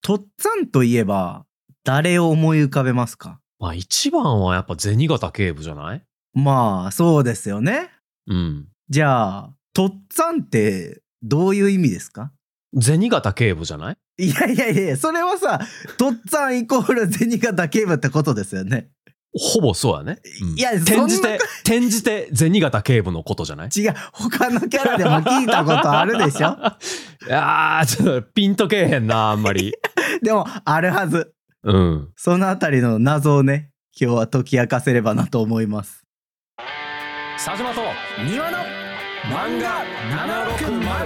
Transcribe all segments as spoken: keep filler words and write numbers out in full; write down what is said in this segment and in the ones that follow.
とっつぁんといえば誰を思い浮かべますか？ まあ一番はやっぱ銭形警部じゃない？ まあそうですよね。 うん。 じゃあとっつぁんってどういう意味ですか？ 銭形警部じゃない？ いやいやいや、それはさ、とっつぁんイコール銭形警部ってことですよね。 ほぼそうやね。うん、 いや、 転じて転じて銭形警部のことじゃない？ 違う、他のキャラでも聞いたことあるでしょ。 いやーちょっとピンとけえへんなあんまり。 でもあるはず。 うん。 そのあたりの謎をね、今日は解き明かせればなと思います。 佐島と庭の漫画ななろくまる。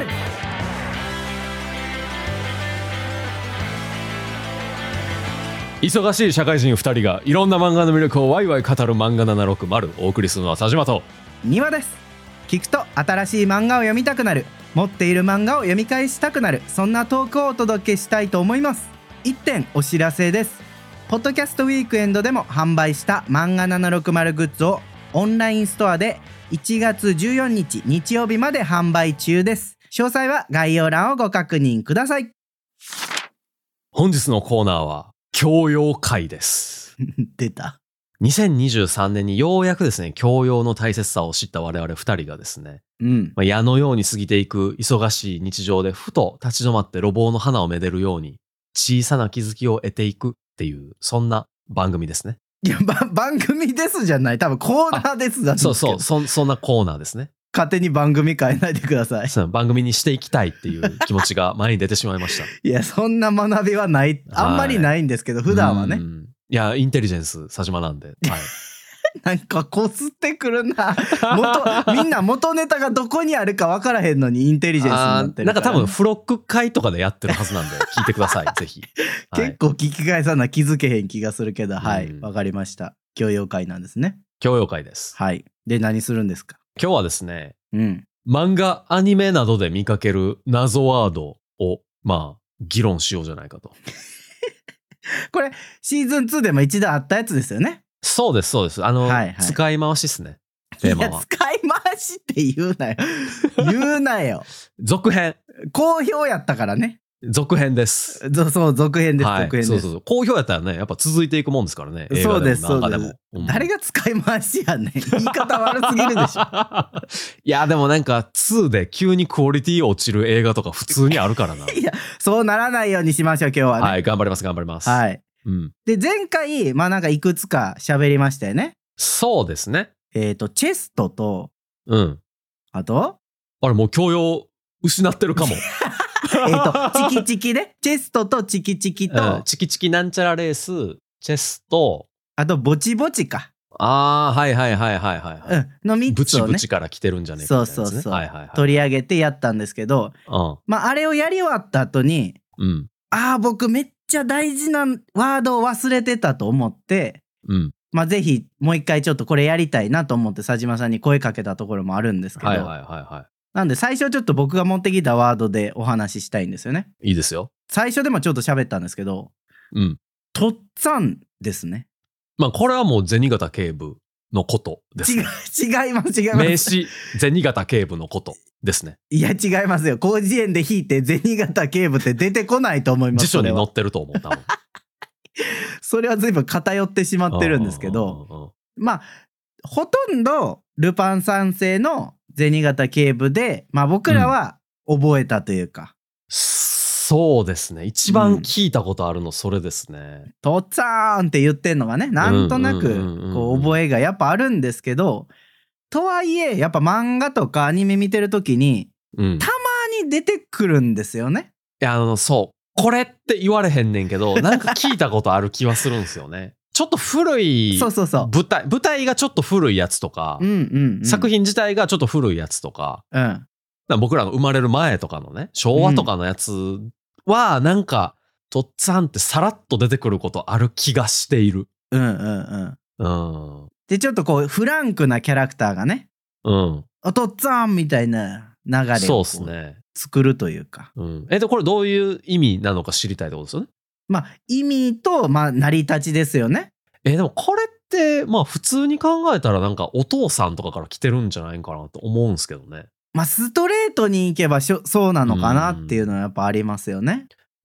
忙しい社会人ふたりがいろんな漫画の魅力をワイワイ語る漫画ななろくまる。お送りするのは佐島と庭です。聞くと新しい漫画を読みたくなる、持っている漫画を読み返したくなる、そんなトークをお届けしたいと思います。いってんお知らせです。ポッドキャストウィークエンドでも販売した漫画ななろくまるグッズをオンラインストアでいちがつじゅうよっか日曜日まで販売中です。詳細は概要欄をご確認ください。 本日のコーナーは教養会です。 出た。 にせんにじゅうさんねんにようやくですね、教養の大切さを知った我々ふたりがですね、 うんまあ、矢のように過ぎていく忙しい日常でふと立ち止まって路傍の花をめでるように小さな気づきを得ていくっていう、そんな番組ですね。 いや、ば番組ですじゃない、多分コーナーですだんですけど。 そうそう、そ、そんなコーナーですね。 勝手に番組変えないでください。 そう、番組にしていきたいっていう気持ちが前に出てしまいました。 いや、そんな学びはない、あんまりないんですけど、普段はね。 いや、インテリジェンス佐島なんで、はい、 なんかこすってくるな。元みんな元ネタがどこにあるか分からへんのにインテリジェンスになってるから、ね、 なんか多分フロック会とかでやってるはずなんで聞いてくださいぜひ、 はい、結構聞き返さな気づけへん気がするけど、はいわかりました。教養会なんですね。 教養会です。 はい。で何するんですか？ 今日はですね、 うん、 漫画アニメなどで見かける謎ワードをまあ議論しようじゃないかと。 これシーズンツーでも一度あったやつですよね。 そうですそうです。あの、はいはい、使い回しっすね。テーマは。 いや使い回しって言うなよ。言うなよ。 続編。 好評やったからね。 続編です。 そう続編です、はい、続編です。 そうそうそう。好評やったらね、やっぱ続いていくもんですからね。映画でも漫画でも。そうですそうです、うん、誰が使い回しやねん。言い方悪すぎるでしょ。 いやでもなんかツーで急にクオリティ落ちる映画とか普通にあるからな。 いやそうならないようにしましょう今日はね。 はい頑張ります頑張ります。 はい。 うん、 で前回まあなんかいくつか喋りましたよね。 そうですね。 えっとチェストと、 うん。 あとあれもう教養失ってるかも。 えっとチキチキね、チェストとチキチキと、 うん、チキチキなんちゃらレース、チェスト、 あとボチボチか。 ああはいはいはいはいはい、はい、 うん、のみっつをね、 ブチブチから来てるんじゃねえかみたいな、ね、そうそうそう、はいはいはい、取り上げてやったんですけど、うん、まああれをやり終わった後に、うん、ああ僕めっちゃ大事なワードを忘れてたと思って、うん、まあぜひもう一回ちょっとこれやりたいなと思って佐島さんに声かけたところもあるんですけど、はいはいはいはい、なんで最初ちょっと僕が持ってきたワードでお話ししたいんですよね。 いいですよ。 最初でもちょっと喋ったんですけど、うん、とっつぁんですね。 まあこれはもう銭形警部のことですね。 違います違います。 名詞銭形警部のことですね。 いや違いますよ。広辞苑で引いて銭形警部って出てこないと思います。 辞書に載ってると思ったもん。 それは随分偏ってしまってるんですけど、まあほとんどルパン三世の銭形警部で、まあ僕らは覚えたというか、うん、 そうですね。一番聞いたことあるのそれですね。 うん、とっつぁんって言ってんのがね、なんとなくこう覚えがやっぱあるんですけど、とはいえやっぱ漫画とかアニメ見てる時に、うん、たまに出てくるんですよね。 いやあのそうこれって言われへんねんけど、なんか聞いたことある気はするんですよね。ちょっと古いそうそうそう舞台舞台がちょっと古いやつとか、うんうんうん、作品自体がちょっと古いやつとか、うん、だから僕らの生まれる前とかのね昭和とかのやつはなんか、とっつぁんってさらっと出てくることある気がしている。 うんうんうん。うん、でちょっとこうフランクなキャラクターがね、うん、おとっつぁんみたいな流れをそうですね作るというか。 うん、えっとこれどういう意味なのか知りたいってことですよね。 まあ意味とまあ成り立ちですよね。 えでもこれってまあ普通に考えたらなんかお父さんとかから来てるんじゃないかなと思うんですけどね。 まあストレートに行けばしょそうなのかなっていうのはやっぱありますよね。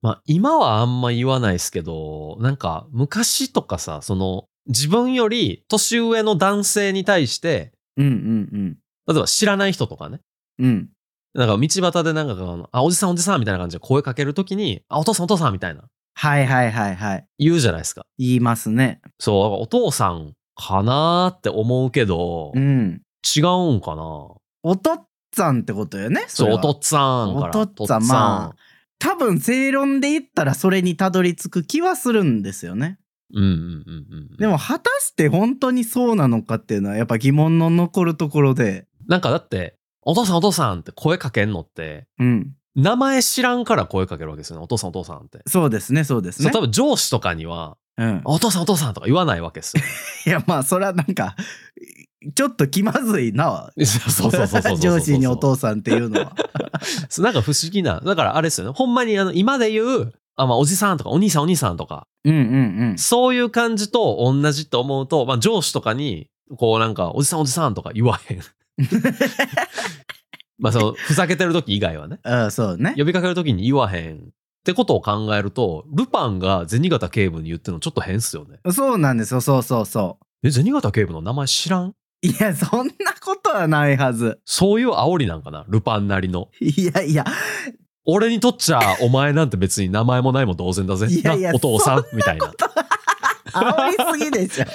まあ今はあんま言わないですけど、なんか昔とかさ、その自分より年上の男性に対して、 うんうんうん。 例えば知らない人とかね。 うん。 なんか道端でなんかあ、おじさんおじさんみたいな感じで声かけるときに、あ、お父さんお父さんみたいな。 はいはいはいはい。 言うじゃないですか。 言いますね。 そう、お父さんかなーって思うけど、うん、違うんかな。 おとっつぁんってことよね。 そう、おとっつぁんから。 おとっつぁん、まあ、多分正論で言ったらそれにたどり着く気はするんですよね。 うんうんうんうん。 でも果たして本当にそうなのかっていうのはやっぱ疑問の残るところで。 なんかだって、お父さんお父さんって声かけんのって、 うん。 名前知らんから声かけるわけですよね。お父さんお父さんって。 そうですね、そうですね。 そう、多分上司とかには、うん、お父さんお父さんとか言わないわけですよ。 いや、まあ、それはなんか、ちょっと気まずいな。 そうそうそうそう。 上司にお父さんっていうのは。 なんか不思議な。だからあれですよね。ほんまにあの、今で言う、あ、まあ、おじさんとか、お兄さんお兄さんとか。 うんうんうん。 そういう感じと同じと思うと、まあ、上司とかに、こうなんか、おじさんおじさんとか言わへん。まあ、その、ふざけてる時以外はね。 ああ、そうね。 呼びかける時に言わへん。ってことを考えると、ルパンが銭形警部に言ってるのちょっと変っすよね。 そうなんですよ。そうそうそう。 え、銭形警部の名前知らん？ いや、そんなことはないはず。 そういう煽りなんかな、ルパンなりの。 いやいや。 俺にとっちゃ、お前なんて別に名前もないも同然だぜ。いやいや、お父さんみたいな。 煽りすぎでしょ。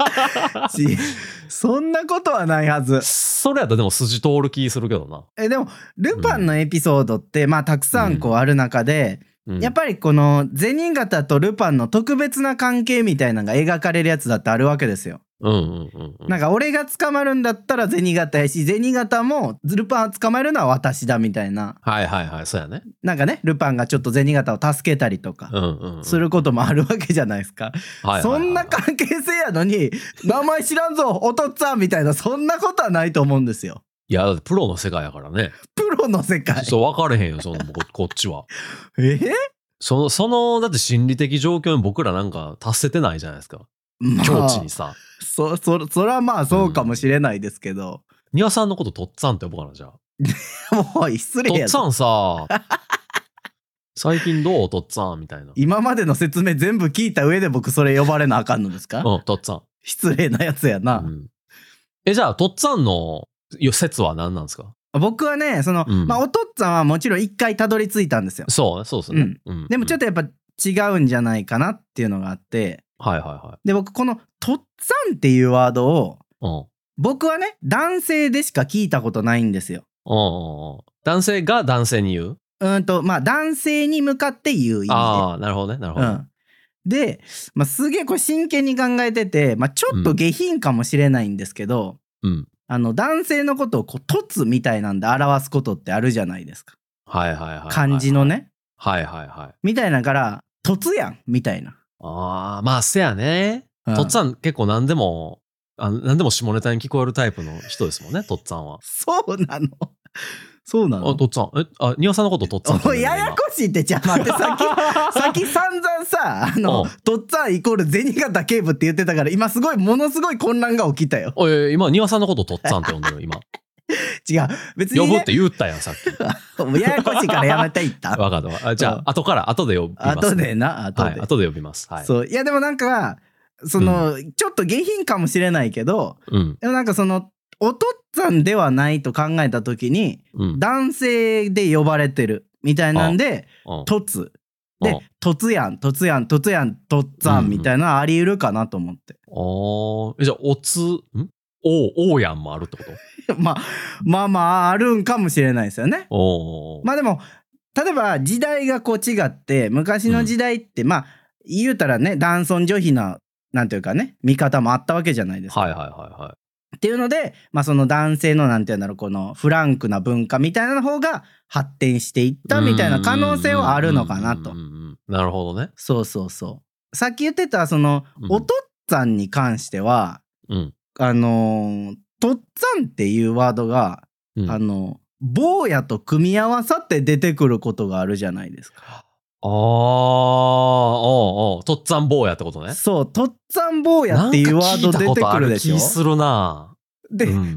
そんなことはないはず。 それやったらでも筋通る気するけどな。 え、でも、ルパンのエピソードって、うん、まあ、たくさんこうある中で、うん、やっぱりこの銭形とルパンの特別な関係みたいなのが描かれるやつだってあるわけですよ。 うんうんうんうん、 なんか俺が捕まるんだったら銭形やし、銭形もルパンを捕まえるのは私だみたいな。 はいはいはい、そうやね。 なんかね、ルパンがちょっと銭形を助けたりとかすることもあるわけじゃないですか。そんな関係性やのに、名前知らんぞおとっつぁんみたいな、そんなことはないと思うんですよ。 いや、プロの世界やからね。 プロの世界。 そう、分かれへんよ、そのこ、こっちは。 えー、 その、その、だって心理的状況に僕らなんか達せてないじゃないですか。まあ、境地にさ。 そ、そ、それはまあそうかもしれないですけど。 庭、うん、さんのこととっつぁんって呼ぼうかな、じゃあ。もう失礼やとっつぁんさ、最近どうとっつぁんみたいな。 今までの説明全部聞いた上で僕それ呼ばれなあかんのですか？ うん、とっつぁん。 失礼なやつやな。うん、 え、じゃあ、とっつぁんの説は何なんですか？ 僕はね、その、うん、まあ、おとっつぁんはもちろん一回たどり着いたんですよ。 そう、そうですね、 うんうん。でもちょっとやっぱ違うんじゃないかなっていうのがあって。 はいはいはい。 で、僕このとっつぁんっていうワードを、 うん、 僕はね、男性でしか聞いたことないんですよ。 うんうんうん、男性が男性に言う？ うんと、まあ男性に向かって言う意味で。 ああ、なるほどね、なるほど。うん、 で、まあ、すげえこれ真剣に考えてて、まあ、ちょっと下品かもしれないんですけど、うん、あの男性のことをこう凸みたいなんで表すことってあるじゃないですか。 はいはいはいはい、はい。 漢字のね。 はいはいはい。 みたいなから凸やんみたいな。 ああ、まあせやね。とっつぁん結構何でもあ何でも下ネタに聞こえるタイプの人ですもんね、とっつぁんは。 そうなの。そうなの。 あ、とっつぁん。え、あ、庭さんのこととっつぁんって言うんだよね。 ややこしいって、じゃあ待って、さっき、さっき散々さ、あの、とっつぁんイコール銭形警部って言ってたから、今すごい、ものすごい混乱が起きたよ。 おい、今、庭さんのこととっつぁんって呼んでる、今。 違う。別に、ね。 呼ぶって言ったやん、さっき。 もうややこしいからやめていった。 わかった。じゃあ、後から、後で呼びます、ね。 後でな、後で。 はい、後で呼びます。はい。 そう。いや、でもなんか、その、うん、ちょっと下品かもしれないけど、うん、でもなんかその、おとっつぁんではないと考えたときに、うん、男性で呼ばれてるみたいなんで、とつ。で、とつやん、とつやん、とつやん、とっつぁんみたいなのあり得るかなと思って。 うんうん、ああ、じゃあ、おつ、んお、おやんもあるってことまあ、まあまあ、あるんかもしれないですよね。 おまあでも、例えば時代がこう違って、昔の時代って、うん、まあ、言うたらね、男尊女卑な、なんていうかね、見方もあったわけじゃないですか。 はいはいはいはい。 っていうので、まあその男性のなんていうんだろう、このフランクな文化みたいな方が発展していったみたいな可能性はあるのかなと。 なるほどね。 そうそうそう。さっき言ってたその、うん、おとっつぁんに関しては、うん、あのー、とっつぁんっていうワードが、うん、あの、坊やと組み合わさって出てくることがあるじゃないですか。 ああ、おうおう、とっつぁん坊やってことね。 そう、とっつぁん坊やっていうワード出てくるでしょ。 なんか聞いたことある気するな。 で、うん、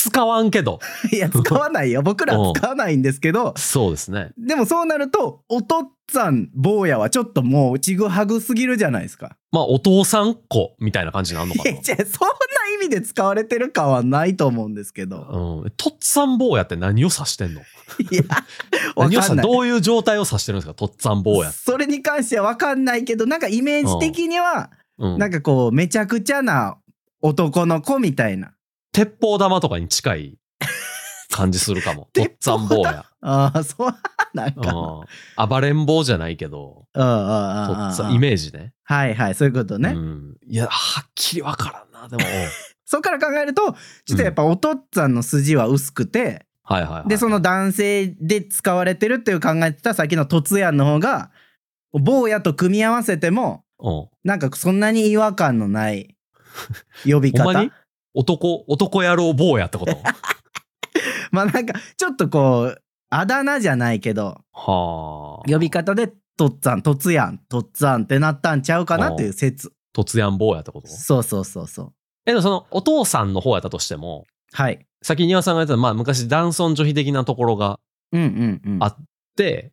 使わんけど。 いや使わないよ、僕らは使わないんですけど、 そうですね。 でもそうなるとお父っつぁん坊やはちょっともうちぐはぐすぎるじゃないですか。 まあお父さん子みたいな感じになるのかな。 いやそんな意味で使われてるかはないと思うんですけど、 うん、とっつぁん坊やって何を指してんの？ いや何をわかんない、 どういう状態を指してるんですか、とっつぁん坊や。 それに関しては分かんないけど、なんかイメージ的には、 うん、 なんかこうめちゃくちゃな男の子みたいな、 鉄砲玉とかに近い感じするかも。とっつぁん坊や。 ああそうなんかな、 うん、暴れん坊じゃないけど、とっつぁんイメージね。 はいはい、そういうことね、 うん、いやはっきり分からんな。でもそっから考えるとちょっとやっぱお父っつぁんの筋は薄くて、 うん、はいはいはい、 でその男性で使われてるっていう考えてたさっきのとつやんの方が坊やと組み合わせても、うん、なんかそんなに違和感のない呼び方。 ほんまに男男野郎坊やってこと？ まあなんかちょっとこうあだ名じゃないけど、は呼び方でとっつぁんとつやんとっつぁんってなったんちゃうかなっていう説。 とつやん坊やってこと？ そうそうそうそう。 えでもそのお父さんの方やったとしても、 はい、 先に庭さんが言ったまあ昔男尊女卑的なところがあって、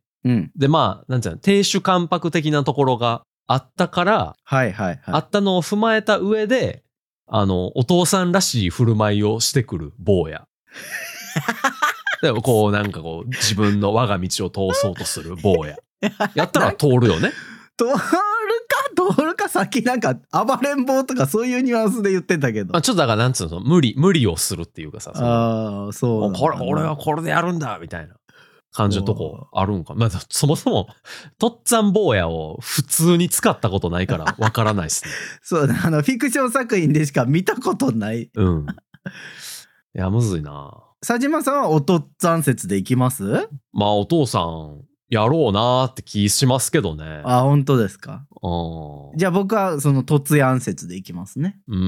うんうんうん、でまあなんていうの亭主関白的なところがあったから、 はいはいはい、 あったのを踏まえた上であのお父さんらしい振る舞いをしてくる坊や。でもこうなんかこう自分の我が道を通そうとする坊ややったら通るよね。 通るか通るか、さっきなんか暴れん坊とかそういうニュアンスで言ってたけど、 まあ、ちょっとだからなんつうの無理無理をするっていうかさ、 ああそうこれ俺はこれでやるんだみたいな感じのとこあるんか。まあそもそもとっつぁん坊やを普通に使ったことないからわからないですね。 そうあのフィクション作品でしか見たことない。 うん。いやむずいな。 佐島さんはお父っつぁん説でいきます？ まあお父さんやろうなーって気しますけどね。 あ、本当ですか。 うん。 じゃあ僕はそのとつやん説でいきますね。 うん。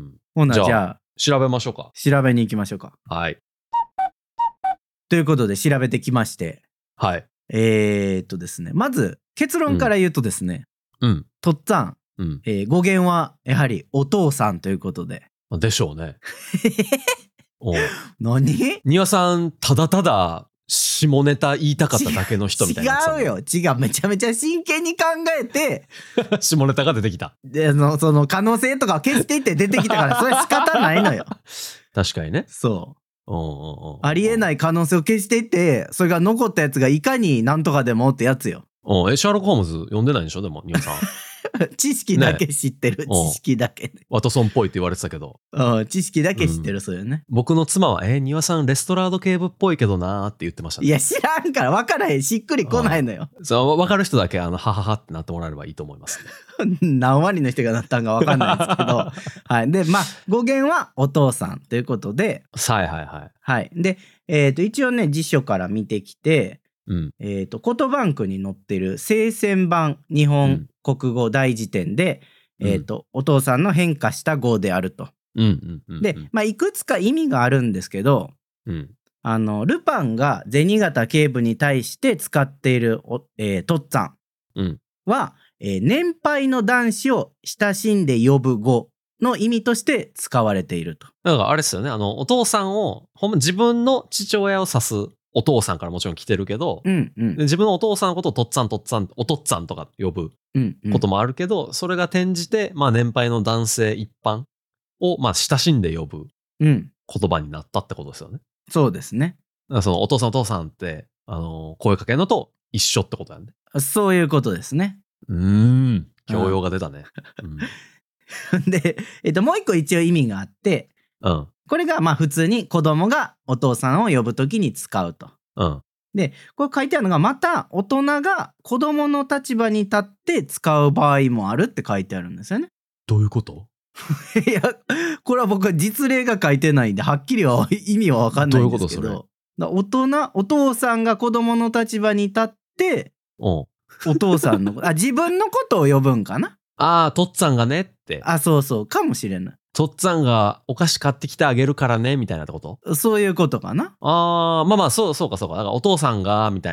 ほなじゃあ、じゃあ調べましょうか。 調べに行きましょうか。 はい。 ということで調べてきまして。 はい。 えー、っとですね、まず結論から言うとですね、 うん。 とっつぁん、うん、えー、語源はやはりお父さんということで。 でしょうね。 お何？ 庭さんただただ下ネタ言いたかっただけの人みたいな。 違うよ違う、めちゃめちゃ真剣に考えて下ネタが出てきた。 でのその可能性とかを消していって出てきたからそれ仕方ないのよ。 確かにね。 そう、うんうんうん、ありえない可能性を消していってそれが残ったやつがいかになんとかでもってやつよ。 うん、えシャーロック・ホームズ読んでないんでしょでも庭さん。 知識だけ知ってる、ね、知識だけ、ね、 ワトソンっぽいって言われてたけど、 うん、知識だけ知ってる、うん、そうよね。 僕の妻はえ庭さんレストラード警部っぽいけどなーって言ってましたね。 いや知らんから分からへん、しっくりこないのよ。 そう分かる人だけあのはははってなってもらえればいいと思います、 ね、何割の人がなったんか分かんないですけどはいでまあ語源はお父さんということで、 はいはいはいはいでえっ、ー、と一応ね辞書から見てきて、うん、えっ、ー、とコトバンクに載ってる聖戦版日本国語大辞典で、うん、えっ、ー、とお父さんの変化した語であると。うんうんうんうん、で、まあ、いくつか意味があるんですけど、うん、あのルパンが銭形警部に対して使っているお、えー、とっつぁんは、うんえー、年配の男子を親しんで呼ぶ語の意味として使われていると。 だからあれですよね、あのお父さんをほんま自分の父親を指すお父さんからもちろん来てるけど、うんうん、で自分のお父さんのことをとっつぁんとっつぁんおとっつぁんとか呼ぶこともあるけど、うんうん、それが転じて、まあ、年配の男性一般を、まあ、親しんで呼ぶ言葉になったってことですよね。 うん、そうですね。 だからそのお父さんお父さんってあの声かけるのと一緒ってことやね。 そういうことですね。 うーん教養が出たね。 うん、で、えっと、もう一個一応意味があって、うん、これがまあ普通に子供がお父さんを呼ぶときに使うと。うん、でこれ書いてあるのがまた大人が子供の立場に立って使う場合もあるって書いてあるんですよね。 どういうこと？ いやこれは僕は実例が書いてないんではっきりは意味は分かんないんですけど、どういうことそれ？大人お父さんが子供の立場に立ってお父さんのあ自分のことを呼ぶんかな。 ああとっつぁんがねって。 あそうそうかもしれない。 とっつぁんがお菓子買ってきてあげるからねみたいなってこと？ そういうことかな。 あーまあまあそうそうかそうかだからお父さんがみたいな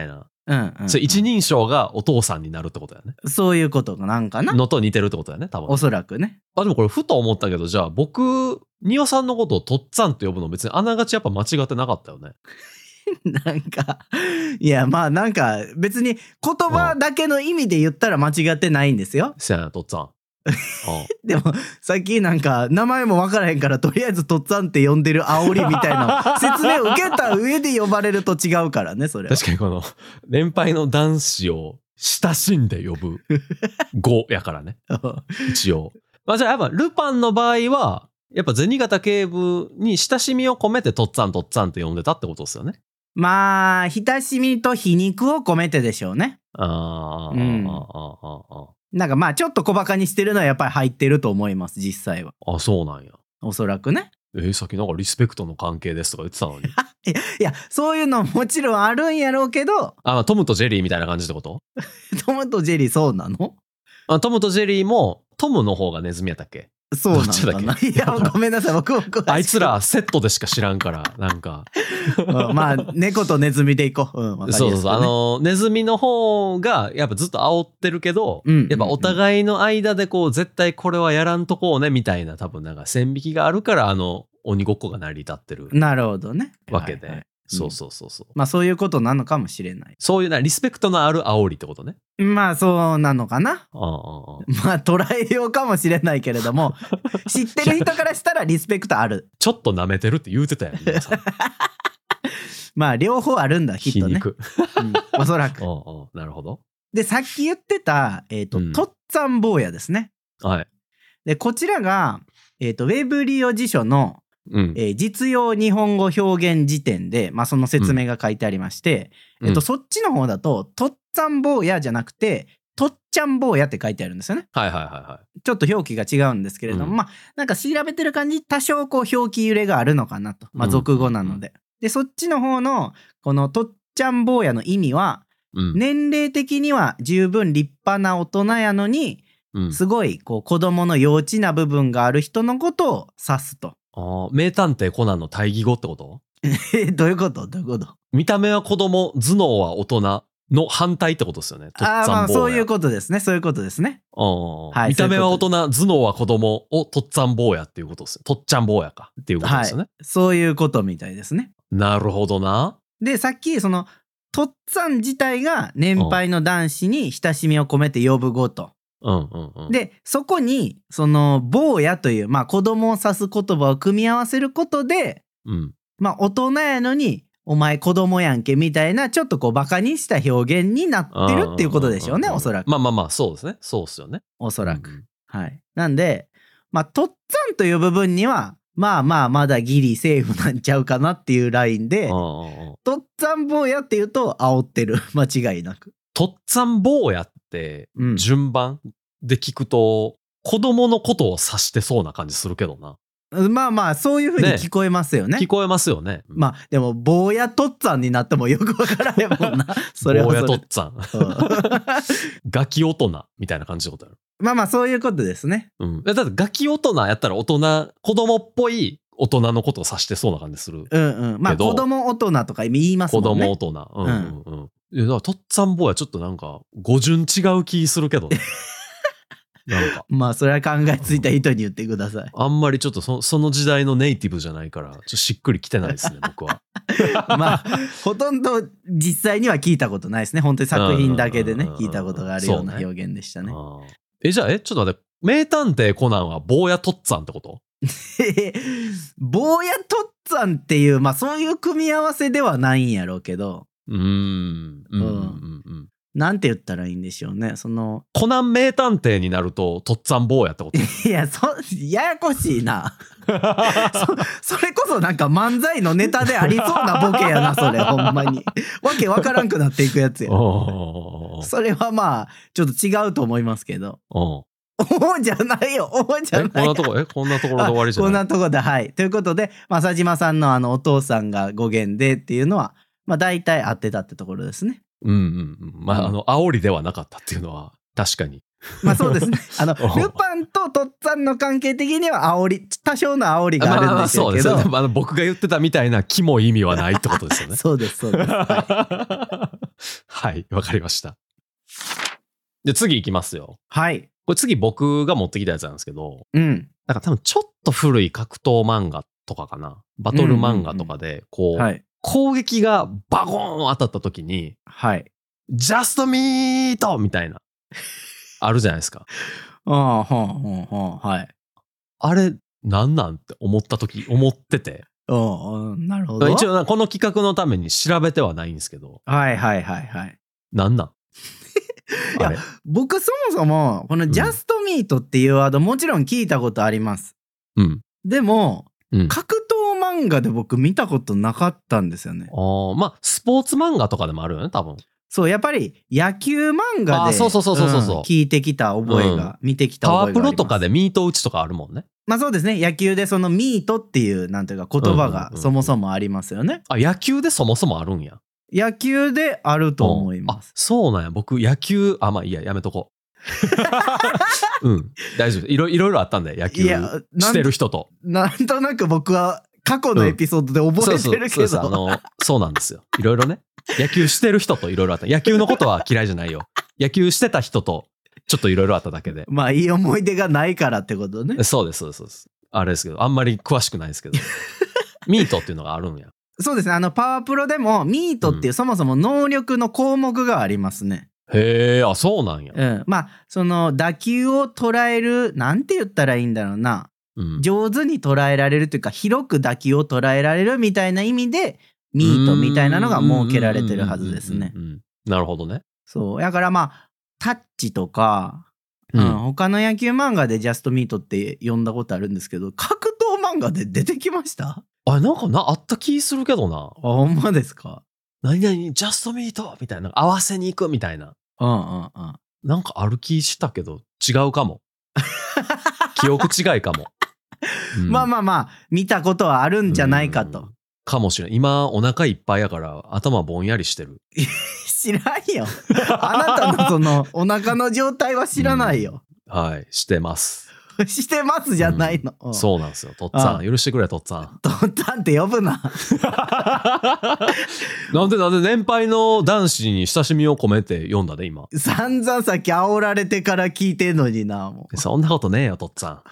うんうんうん、それ一人称がお父さんになるってことだよね。 そういうことなんかなのと似てるってことだよね、多分。 おそらくね。 あ、でもこれふと思ったけど、じゃあ僕、庭さんのことをとっつぁんって呼ぶの別にあながちやっぱ間違ってなかったよね。 なんか、いや、まあなんか別に言葉だけの意味で言ったら間違ってないんですよ。 せやな、とっつぁん。 でもさっきなんか名前も分からへんからとりあえずとっつぁんって呼んでる煽りみたいな説明を受けた上で呼ばれると違うからね、それは。 確かにこの年配の男子を親しんで呼ぶ語やからね一応。まあじゃあやっぱルパンの場合はやっぱ銭形警部に親しみを込めてとっつぁんとっつぁんって呼んでたってことですよね。 まあ親しみと皮肉を込めてでしょうね。 ああ、うん、ああああなんかまあちょっと小バカにしてるのはやっぱり入ってると思います、実際は。 あ、そうなんや。 おそらくね。 えー、さっきなんかリスペクトの関係ですとか言ってたのに。 いや、いやそういうのもちろんあるんやろうけど。 あ、トムとジェリーみたいな感じってこと？ トムとジェリーそうなの？ あ、トムとジェリーもトムの方がネズミやったっけ？ そうなんだな。いやごめんなさい、僕僕あいつらセットでしか知らんからなんかまあ猫とネズミでいこう、うん、 ね、そうそうそう、あのネズミの方がやっぱずっと煽ってるけど、うんうんうん、やっぱお互いの間でこう絶対これはやらんとこうねみたいな多分なんか線引きがあるからあの鬼ごっこが成り立ってるなるほどねわけで、 はいはい、 そうそうそうそう、 まあそういうことなのかもしれない。 そういうなリスペクトのある煽りってことね。 まあそうなのかな。 ああまあ捉えようかもしれないけれども知ってる人からしたらリスペクトある。 ちょっと舐めてるって言うてたやん皆さんまあ両方あるんだきっとね、うん、おそらく。 おうおうなるほど。 でさっき言ってた、えーとうん、とっつぁん坊やですね。 はい。 でこちらが、えーと、ウェブリオ辞書のうんえー、実用日本語表現辞典で、まあ、その説明が書いてありまして、うんえっと、そっちの方だととっつぁん坊やじゃなくてとっちゃん坊やって書いてあるんですよね。 はいはいはいはい。 ちょっと表記が違うんですけれども、うん、まあなんか調べてる感じ多少こう表記揺れがあるのかなと、まあ、俗語なので、うん、でそっちの方のこのとっちゃん坊やの意味は、うん、年齢的には十分立派な大人やのに、うん、すごいこう子供の幼稚な部分がある人のことを指すと。 あ、名探偵コナンの対義語ってこと？ どういうことどういうこと？ 見た目は子供、頭脳は大人の反対ってことですよね。とっつぁん坊や。 あ、まあそういうことですね。そういうことですね。 はい、見た目は大人、頭脳は子供をとっつぁん坊やっていうことですよ。とっちゃん坊やかっていうことですよね、はい。 そういうことみたいですね。 なるほどな。 で、さっきそのとっつぁん自体が年配の男子に親しみを込めて呼ぶ語と。 うんうんうん、 でそこにその坊やという、まあ、子供を指す言葉を組み合わせることで、 うんまあ、大人やのにお前子供やんけみたいなちょっとこうバカにした表現になってるっていうことでしょうね、おそらく。 まあまあまあそうですね、そうですよね、 おそらく、うんうん、はいなんでまあとっつぁんという部分にはまあまあまだギリセーフなんちゃうかなっていうラインで、とっつぁん坊やっていうと煽ってる間違いなく。 とっつぁん坊やって順番で聞くと、うん、子供のことを指してそうな感じするけどな。 まあまあそういう風に聞こえますよね。 聞こえますよね。 まあでも坊やとっつぁんになってもよくわからへんもんな。それはそれ坊やとっつぁん。ガキ大人みたいな感じのことやろ。 まあまあそういうことですね。 うん。だってガキ大人やったら大人、子供っぽい大人のことを指してそうな感じする。 うんうん。まあ子供大人とか言いますもんね。 子供大人。うんうんうん。うん、いやだからとっつぁん坊やちょっとなんか語順違う気するけどね。なんかまあそれは考えついた人に言ってください。 あんまりちょっと そ, その時代のネイティブじゃないからちょっとしっくりきてないですね僕は。 まあほとんど実際には聞いたことないですね。本当に作品だけでね聞いたことがあるような表現でしたね。 えじゃあえちょっと待って、名探偵コナンは坊やとっつぁんってこと？ 坊やとっつぁんっていうまあそういう組み合わせではないんやろうけど、 うーんうんうんうんうんなんて言ったらいいんでしょうね。そのコナン名探偵になるととっつぁん坊やってこと？ いやそややこしいな。そ, それこそなんか漫才のネタでありそうなボケやなそれほんまにわけわからんくなっていくやつや。それはまあちょっと違うと思いますけど。おおじゃないよ。おじゃない。 こんなとこえこんなところで終わりじゃない。 こんなところではいということで、まあ、佐島さんのあのお父さんが語源でっていうのはまあ大体合ってたってところですね。 うんうんうん。まああの煽りではなかったっていうのは確かに。 まあそうですね。あのルパンととっつぁんの関係的には煽り多少の煽りがあるんですけど、まあ、そうですね。 あの僕が言ってたみたいなキモい意味はないってことですよね。 そうですそうです。ははい、わかりました。で、次いきますよ。 はい。 これ次僕が持ってきたやつなんですけど、 うん。 なんか多分ちょっと古い格闘漫画とかかな。バトル漫画とかで、こう、うんうんうん、はい、攻撃がバコーン当たった時に、 はい。 ジャストミートみたいな、あるじゃないですか。 ああ、はあ、はあ、はい。 あれ、なんなんって思った時、思ってて。 ああ、なるほど。 一応、この企画のために調べてはないんですけど。 はいはいはいはい。 なんなんいや、僕そもそも、このジャストミートっていうワード、もちろん聞いたことあります。 うん。 でも、うん、格闘漫画で僕見たことなかったんですよね。 ああ、まあ、スポーツ漫画とかでもあるよね、多分。 そう、やっぱり野球漫画で、 そうそうそうそうそう、うん、 聞いてきた覚えが、うん、見てきた覚えがあります。 パワープロとかでミート打ちとかあるもんね。 まあそうですね。野球でそのミートっていう、なんていうか言葉がそもそもありますよね。 うんうんうん、あ、野球でそもそもあるんや。 野球であると思います。 あ、そうなんや。僕、野球、あ、まあいいや、やめとこう。うん、大丈夫。いろいろあったんで、野球してる人と。 な ん, なんとなく僕は過去のエピソードで覚えてるけど。 そうそうそうそう、あの、そうなんですよ。いろいろね。野球してる人といろいろあった。野球のことは嫌いじゃないよ。野球してた人とちょっといろいろあっただけで。 まあいい思い出がないからってことね。 そうですそうですそうです。あれですけど、あんまり詳しくないですけど。ミートっていうのがあるんや。 そうですね。あのパワープロでもミートっていうそもそも能力の項目がありますね。 うん、へえ、あ、そうなんや。 うん。まあその打球を捉える、なんて言ったらいいんだろうな。うん、上手に捉えられるというか、広く打球を捉えられるみたいな意味でミートみたいなのが設けられてるはずですね。 なるほどね。 そう。だからまあタッチとか、うんうん、他の野球漫画でジャストミートって呼んだことあるんですけど、格闘漫画で出てきました？ あ、なんかな、あった気するけどな。 あ、ほんまですか？ 何々ジャストミートみたいな、合わせに行くみたいな。 うんうんうん。 なんかある気したけど違うかも。記憶違いかも。 うん、まあまあまあ見たことはあるんじゃないかと。 かもしれん。今お腹いっぱいやから頭ぼんやりしてる。 知らんよ。あなたのそのお腹の状態は知らないよ。 うん、はい、してます。 してますじゃないの。 うん、そうなんですよ。とっつぁん、許してくれとっつぁん。 とっつぁんって呼ぶな。 なんでなんで年配の男子に親しみを込めて読んだで今。 散々さっき煽られてから聞いてんのにな。もうそんなことねえよとっつぁん。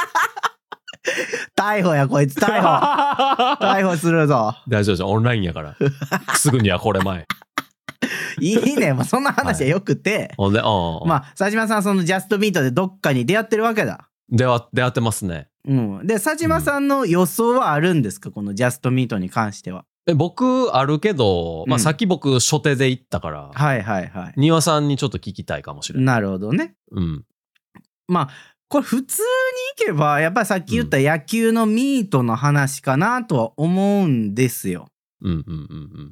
逮捕やこいつ、逮捕。逮捕するぞ。 大丈夫じゃん、オンラインやから。すぐにはこれ前。 いいね、もうそんな話はよくて。 ほんで、 まあ佐島さんそのジャストミートでどっかに出会ってるわけだ。 出会、出会ってますね。 うん。で佐島さんの予想はあるんですか、このジャストミートに関しては。 え、僕あるけど、まあさっき僕初手で行ったから、 はいはいはい。 庭さんにちょっと聞きたいかもしれない。 なるほどね。 うん。 まあこれ普通にいけばやっぱりさっき言った野球のミートの話かなとは思うんですよ。 うんうんうんうん。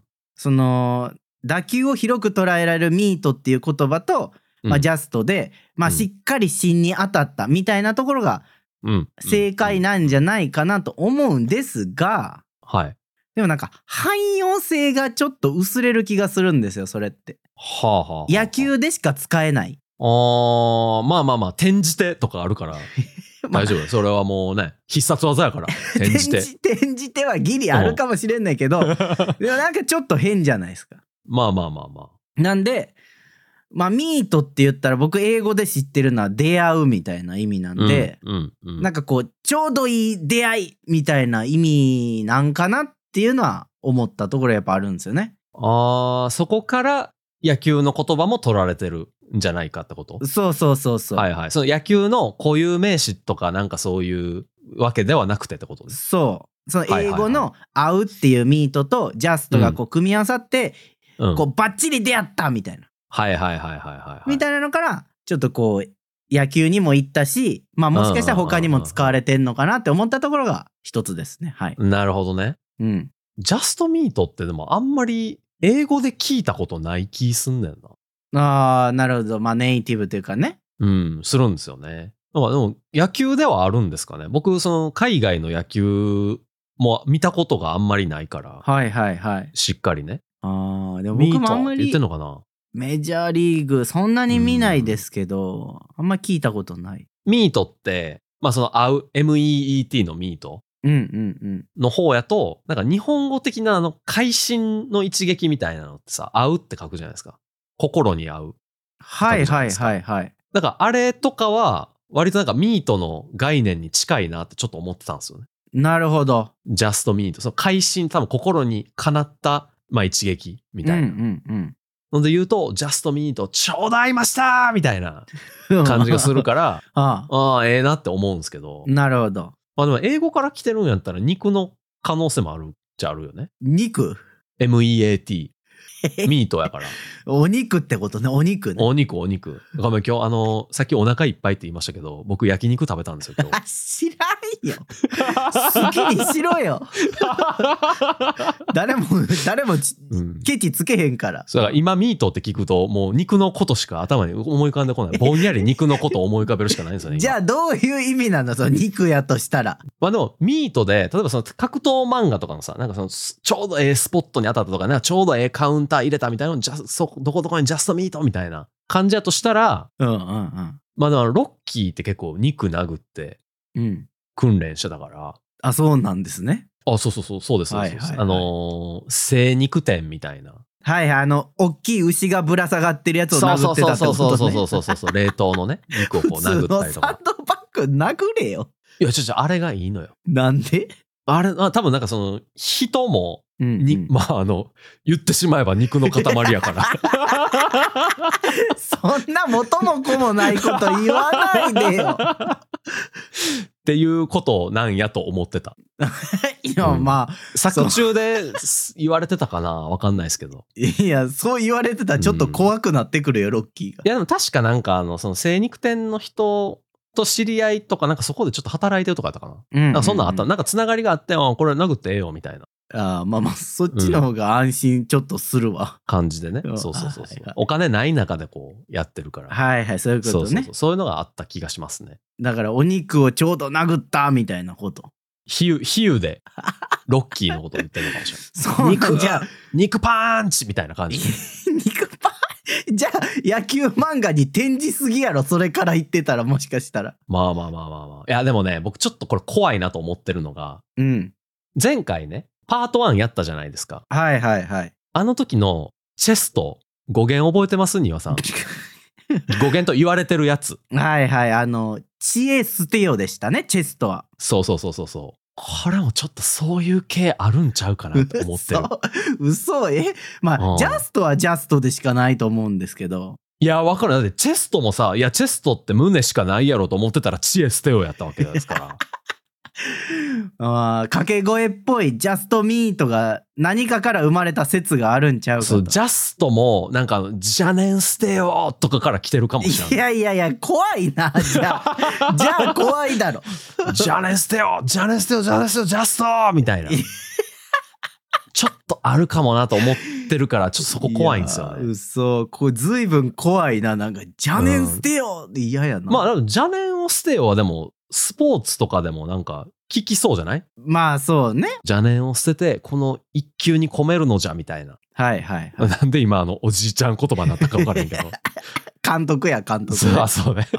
その打球を広く捉えられるミートっていう言葉と、まあ、ジャストで、まあ、しっかり芯に当たったみたいなところが正解なんじゃないかなと思うんですが、 はい。 でもなんか汎用性がちょっと薄れる気がするんですよ、それって。 はあはあはあ、 野球でしか使えない。 あー、まあまあまあ転じてとかあるから大丈夫。それはもうね必殺技やから。転じて転じてはギリあるかもしれないけど、でもなんかちょっと変じゃないですか。 まあまあまあまあ。なんでまあミートって言ったら僕英語で知ってるのは出会うみたいな意味なんで、うんうんうん、なんかこうちょうどいい出会いみたいな意味なんかなっていうのは思ったところやっぱあるんですよね。 あー、そこから野球の言葉も取られてるんじゃないかってこと？ そうそうそうそう。 はいはい。その野球の固有名詞とかなんかそういうわけではなくてってことです。 そう。その英語の会うっていうミートとジャストがこう組み合わさって、うん、こうバッチリ出会ったみたいな。 はいはいはいはいはい。 みたいなのからちょっとこう野球にも行ったし、まあもしかしたら他にも使われてんのかなって思ったところが一つですね。はい。 なるほどね。 うん。 ジャストミートってでもあんまり英語で聞いたことない気すんだよな。ああ、なるほど。まあネイティブというかね。 うん、するんですよね。まあでも野球ではあるんですかね。僕その海外の野球も見たことがあんまりないから。 はいはいはい。 しっかりね。 ああ、でも僕もあんまり言ってんのかな。 メジャーリーグそんなに見ないですけど、あんま聞いたことない。 ミートって、まあその会う エムイーイーティー のミート。 の方やと、なんか日本語的なあの、会心の一撃みたいなのってさ、合うって書くじゃないですか。心に合う。 はいはいはいはい。 だからあれとかは、割となんかミートの概念に近いなってちょっと思ってたんですよね。 なるほど。 ジャストミート。その会心、多分心にかなった、まあ一撃みたいな。うんうんうん。ので言うと、ジャストミート、ちょうだいましたみたいな感じがするから、ああ、あええなって思うんですけど。 なるほど。 まあでも英語から来てるんやったら肉の可能性もあるっちゃあるよね。 肉エムイーエーティー。ミートやから。 お肉ってことね、お肉ね。 お肉、お肉。ごめん、今日、あの、さっきお腹いっぱいって言いましたけど、僕焼肉食べたんですよ、今日。 知らんよ。好きにしろよ。誰も、誰も、うん、ケチつけへんから。 そうだから今、ミートって聞くと、もう肉のことしか頭に思い浮かんでこない。ぼんやり肉のことを思い浮かべるしかないんですよね。 じゃあ、どういう意味なのその肉やとしたら。 まあでも、ミートで、例えばその格闘漫画とかのさ、なんかその、ちょうどええスポットに当たったとか、なんかちょうどええカウンター入れたみたいなの、じゃそどこどこにジャストミートみたいな感じやとしたら、 うんうんうん。 まあだからロッキーって結構肉殴って訓練してたから、うん、 あ、そうなんですね。 あ、そうそうそうそうです、はいはいはい、あのー、精肉店みたいな。 はいはい、あの大きい牛がぶら下がってるやつを殴ってたってことね。 そうそうそうそうそうそうそう冷凍のね肉をこう殴ったりとか。 サンドバッグ殴れよ。 いやちょちょあれがいいのよ。 なんで？ あれあ多分なんかその人もに、うんうん、まああの言ってしまえば肉の塊やからそんな元も子もないこと言わないでよっていうことなんやと思ってた。 いや、うん、まあ作中で言われてたかなわかんないですけど。 いやそう言われてたらちょっと怖くなってくるよ、うん、ロッキーが。 いやでも確かなんかあのその精肉店の人と知り合いとかなんかそこでちょっと働いてるとかやったかな。うんうんうん、なんかそんなんあった。なんかつながりがあって、あこれ殴ってええよみたいな。 あまあまあそっちの方が安心ちょっとするわ、 うん、感じでね、うん、そうそうそうそう、はいはい、お金ない中でこうやってるからはいはいそういうことね、 そうそうそうそういうのがあった気がしますね。 だからお肉をちょうど殴ったみたいなこと比喩比喩でロッキーのことを言ってるのかもしれないそう肉じゃあ肉パンチみたいな感じ肉パンじゃあ野球漫画に転じすぎやろそれから言ってたらもしかしたらまあまあまあまあまあいやでもね僕ちょっとこれ怖いなと思ってるのが、うん、前回ねパートワンやったじゃないですか。 はいはいはい。 あの時のチェスト、語源覚えてます庭さん。語源と言われてるやつ。 はいはい。あの、知恵捨てよでしたね、チェストは。 そうそうそうそうそう。これもちょっとそういう系あるんちゃうかなと思ってる。 嘘えまあ、うん、ジャストはジャストでしかないと思うんですけど。 いや、わかる。だってチェストもさ、いや、チェストって胸しかないやろと思ってたら知恵捨てよやったわけですから。 あ掛け声っぽいジャストミートが何かから生まれた説があるんちゃうかと。 そうジャストもなんか邪念捨てよとかから来てるかもしれない。 いやいやいや怖いなじゃあじゃあ怖いだろ。 邪念捨てよ邪念捨てよ邪念捨てよジャストみたいなちょっとあるかもなと思ってるからちょっとそこ怖いんですよね。 嘘これずいぶん怖いななんか邪念捨てよって嫌やな、うん、 まあ邪念を捨てよはでもスポーツとかでもなんか聞きそうじゃない？ まあそうね。 邪念を捨ててこの一球に込めるのじゃみたいな。 はいはい、はい、 なんで今あのおじいちゃん言葉になったか分からんけど監督や監督、ね、 そうそうね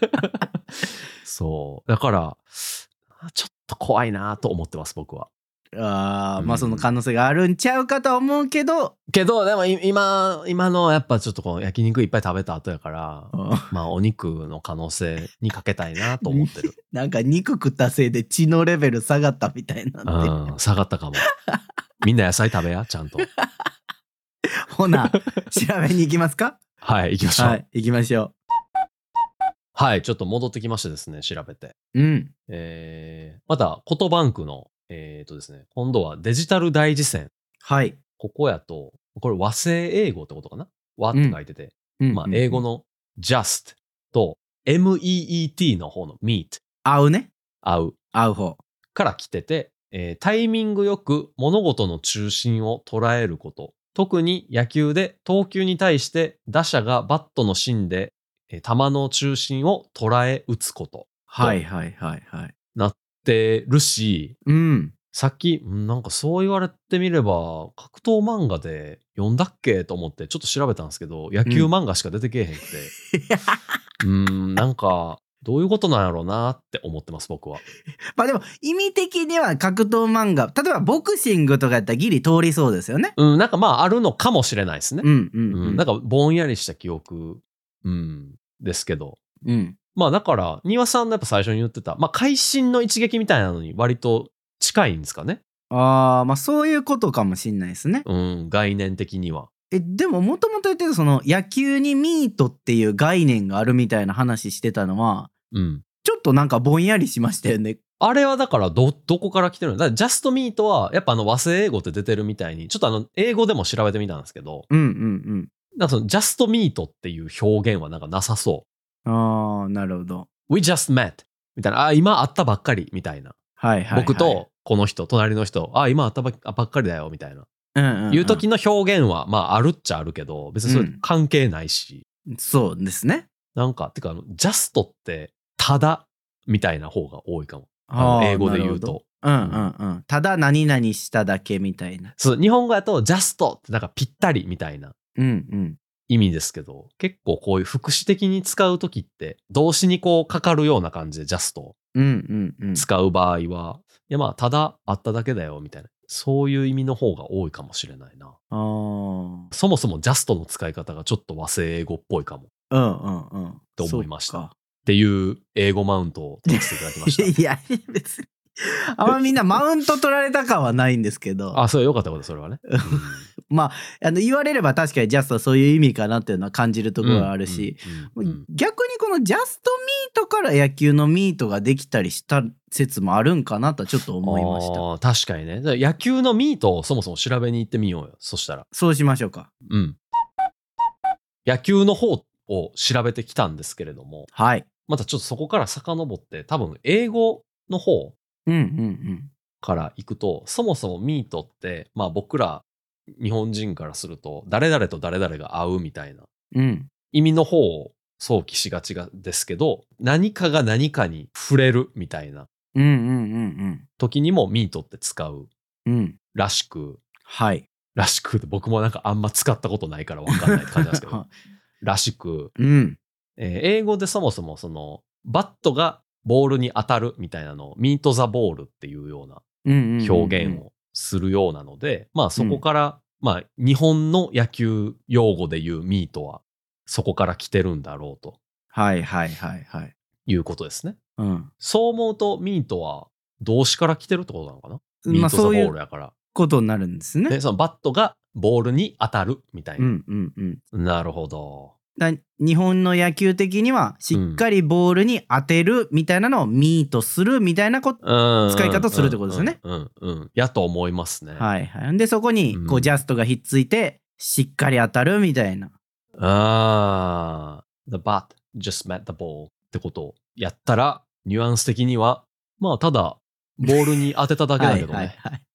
そうだからちょっと怖いなと思ってます僕は。 あ、うん、まあその可能性があるんちゃうかとは思うけどけどでも今今のやっぱちょっとこう焼肉いっぱい食べた後やから、うん、まあお肉の可能性にかけたいなと思ってるなんか肉食ったせいで血のレベル下がったみたいなんで、 うん、下がったかもみんな野菜食べやちゃんとほな調べに行きますか。 はい行きましょう。 はい行きましょう。 はいちょっと戻ってきましてですね調べて、 うんえー、またコトバンクのえーとですね、今度はデジタル大辞典。 はい。 ここやと、これ和製英語ってことかな和って書いてて。うん、まあ、英語の just と meet の方の meet。 合うね。 合う。 合う方。 から来てて、えー、タイミングよく物事の中心を捉えること。特に野球で投球に対して打者がバットの芯で、えー、球の中心を捉え打つこと。 はいはいはいはい。 なってるし、 うん、 さっきなんかそう言われてみれば格闘漫画で読んだっけと思ってちょっと調べたんですけど野球漫画しか出てけえへんくて、うん、うーんなんかどういうことなんやろうなって思ってます僕は。 まあでも意味的には格闘漫画、例えばボクシングとかやったらギリ通りそうですよね。 うん、なんかまああるのかもしれないですね。 うんうん、うん、 うん、なんかぼんやりした記憶、うん、ですけど。 うん。 まあだから庭さんのやっぱ最初に言ってた、まあ会心の一撃みたいなのに割と近いんですかね。 ああ、まあそういうことかもしんないですね。 うん、概念的には。 え、でももともと言ってたその野球にミートっていう概念があるみたいな話してたのは、 うん。 ちょっとなんかぼんやりしましたよね。 あれはだからど、どこから来てるの？だからジャストミートはやっぱあの和製英語って出てるみたいに、ちょっとあの英語でも調べてみたんですけど、 うんうんうん。 なんかそのジャストミートっていう表現はなんかなさそう。 ああ、なるほど。 We just met みたいな、あ、今会ったばっかりみたいな。 はいはい、はい。 僕とこの人、隣の人、あ、今会ったばっかりだよみたいな。 うんうんうん、 いう時の表現はまああるっちゃあるけど、別にそれ関係ないし、 うん、そうですね。 なんかてかあのジャストってただみたいな方が多いかも。あの英語で言うと、 うんうんうん、ただ何々しただけみたいな。 そう日本語だとジャストってなんかぴったりみたいな意味ですけど、うんうん、結構こういう副詞的に使う時って動詞にこうかかるような感じでジャストを使う場合は、うんうんうん、いやまあただあっただけだよみたいな。そういう意味の方が多いかもしれないな。あ、そもそもジャストの使い方がちょっと和製英語っぽいかも。うんうんうん。と思いました。っていう英語マウントを取らせていただきました。 いや、別に。あんまみんなマウント取られた感はないんですけど。 あ、そうよかったこと、それはね。うん、 まあ、あの言われれば確かにジャストはそういう意味かなっていうのは感じるところがあるし、逆にこのジャストミートから野球のミートができたりした説もあるんかなとちょっと思いました。 あ、確かにね。野球のミートをそもそも調べに行ってみようよ。そしたら。 そうしましょうか。 うん。野球の方を調べてきたんですけれども、 はい。 またちょっとそこから遡って多分英語の方から行くと、そもそもミートってまあ僕ら日本人からすると誰々と誰々が会うみたいな意味の方を想起しがちがですけど、何かが何かに触れるみたいな時にもミートって使うらしく、 はい。 らしく僕もなんかあんま使ったことないから分かんないって感じなんですけどらしく、 うんえー、英語でそもそもそのバットがボールに当たるみたいなのをミートザボールっていうような表現をするようなので、まあそこから、うん、まあ日本の野球用語でいうミートはそこから来てるんだろうと。 はいはいはいはい。 いうことですね。 うん、そう思うとミートは動詞から来てるってことなのかな、ミートザボールやから。まあ、そういうことになるんですね。 で、そのバットがボールに当たるみたいな。 うんうんうん。 なるほど。 だ日本の野球的にはしっかりボールに当てるみたいなのをミートするみたいなこ、うん、使い方をするってことですよね。 うんうんうん。やと思いますね。 はいはい。でそこにこうジャストがひっついてしっかり当たるみたいな。 ああ、the bat just met the ball ってことをやったらニュアンス的にはまあただボールに当てただけだけどね。はいはいはい、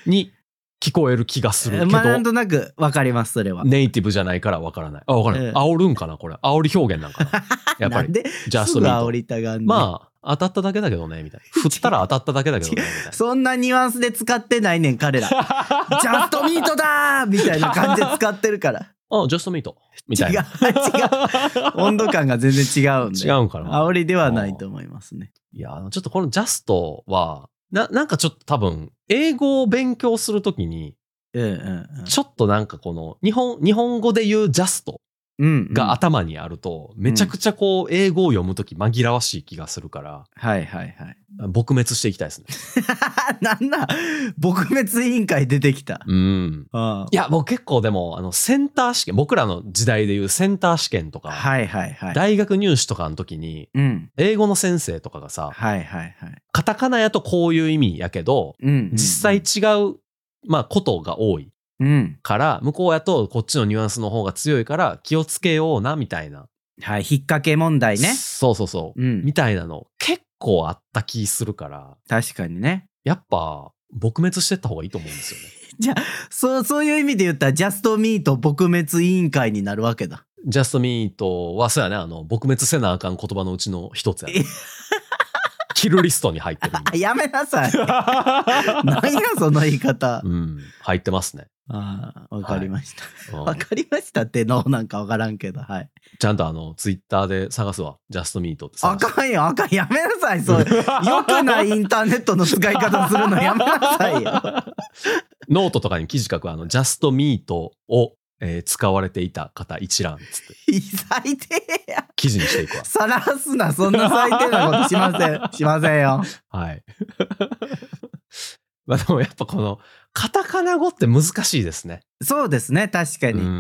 に聞こえる気がするけど、 まあなんとなく分かります、それは。 ネイティブじゃないから分からない。あ、分からない。煽るんかなこれ。煽り表現なんかなやっぱり。 なんでジャストミート。 すぐ煽りたがんねん。 まあ、当たっただけだけどね、みたいな。振ったら当たっただけだけどね、みたいな。 そんなニュアンスで使ってないねん、彼ら。ジャストミートだーみたいな感じで使ってるから。 あ、ジャストミート。みたいな。違う。 違う。温度感が全然違うんで。 違うんかな。 煽りではないと思いますね。 いや、ちょっとこのジャストは、な、なんかちょっと多分、英語を勉強するときに、 うんうんうん、 ちょっとなんかこの日本、日本語で言うジャストが頭にあると、めちゃくちゃこう英語を読むとき紛らわしい気がするから、 はいはいはい。 撲滅していきたいですね。 なんだ撲滅委員会出てきた。 うん。ああ、いや僕結構でもあのセンター試験、僕らの時代でいうセンター試験とか、 はいはいはい、 大学入試とかの時に、うん、英語の先生とかがさ、 はいはいはい、 カタカナやとこういう意味やけど、うんうんうん、実際違うまあことが多いから、うん、向こうやとこっちのニュアンスの方が強いから気をつけようなみたいな、 はい、引っ掛け問題ね。 そうそうそう、うん、みたいなの結構あった気するから、 確かにね。 やっぱ撲滅してった方がいいと思うんですよね。 じゃあそうそういう意味で言ったらジャストミート撲滅委員会になるわけだ。 ジャストミートはそうやね、あの撲滅せなあかん言葉のうちの一つやね。キルリストに入ってるんで。 やめなさい。何やその言い方。 うん、入ってますね。 ああ、わかりました。わ、はい、かりましたってのなんかわからんけど、はい。 ちゃんとあの、ツイッターで探すわ。ジャストミートって探す。 あかんよ、あかん。やめなさい。そう。よくないインターネットの使い方するのやめなさいよ。 ノートとかに記事書くあの、ジャストミートを、えー、使われていた方一覧つって。 最低や。 記事にしていくわ。 さらすな、そんな最低なことしません。しませんよ。 はい。まあでもやっぱこの、カタカナ語って難しいですね。 そうですね、確かに。うん。うん、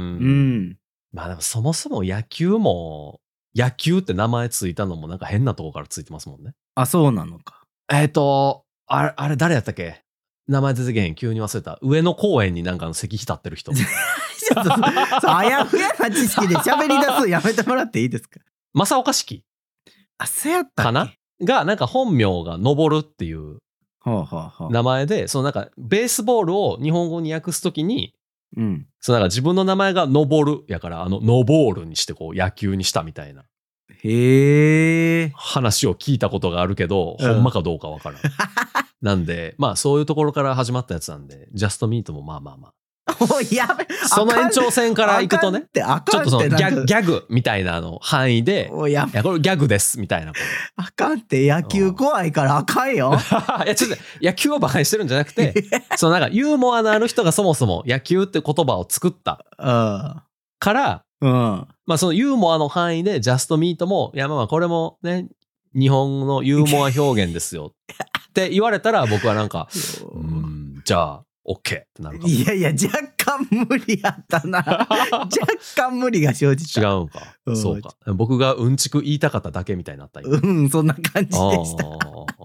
まあでもそもそも野球も、野球って名前ついたのもなんか変なとこからついてますもんね。 あ、そうなのか。 えっ、ー、と、あれ、あれ誰やったっけ？名前出てけへん、急に忘れた。上野公園になんかの石碑立ってる人。ちょっと、あやふやな知識で喋り出すやめてもらっていいですか？ 正岡子規。 あ、そうやったっけ？ かなが、なんか本名が登るっていう。 はあはあはあ、 名前で、そのなんかベースボールを日本語に訳すときに、 うん、 そのなんか自分の名前が登るやから、あのノボールにしてこう野球にしたみたいな。 へえ。 話を聞いたことがあるけど、うん、ほんまかどうかわからん。なんで、まあそういうところから始まったやつなんで、ジャストミートもまあまあまあ。 おいやべ、 その延長線から行くとね、ちょっとそのギャ、ギャグみたいなの範囲で、 おやいやこれギャグですみたいなこと。 あかんって野球怖いからあかんよ。 いやちょっと野球を馬鹿にしてるんじゃなくて、そのなんかユーモアのある人がそもそも野球って言葉を作ったから、 うん、 まあそのユーモアの範囲でジャストミートも、いやまあまあこれもね、日本のユーモア表現ですよって言われたら僕はなんか、うーん、じゃあ、オッケーってなるかも。 いやいや、若干無理やったな。若干無理が生じた。 違うんか。そうか。僕がうんちく言いたかっただけみたいになった。 うん、そんな感じでした。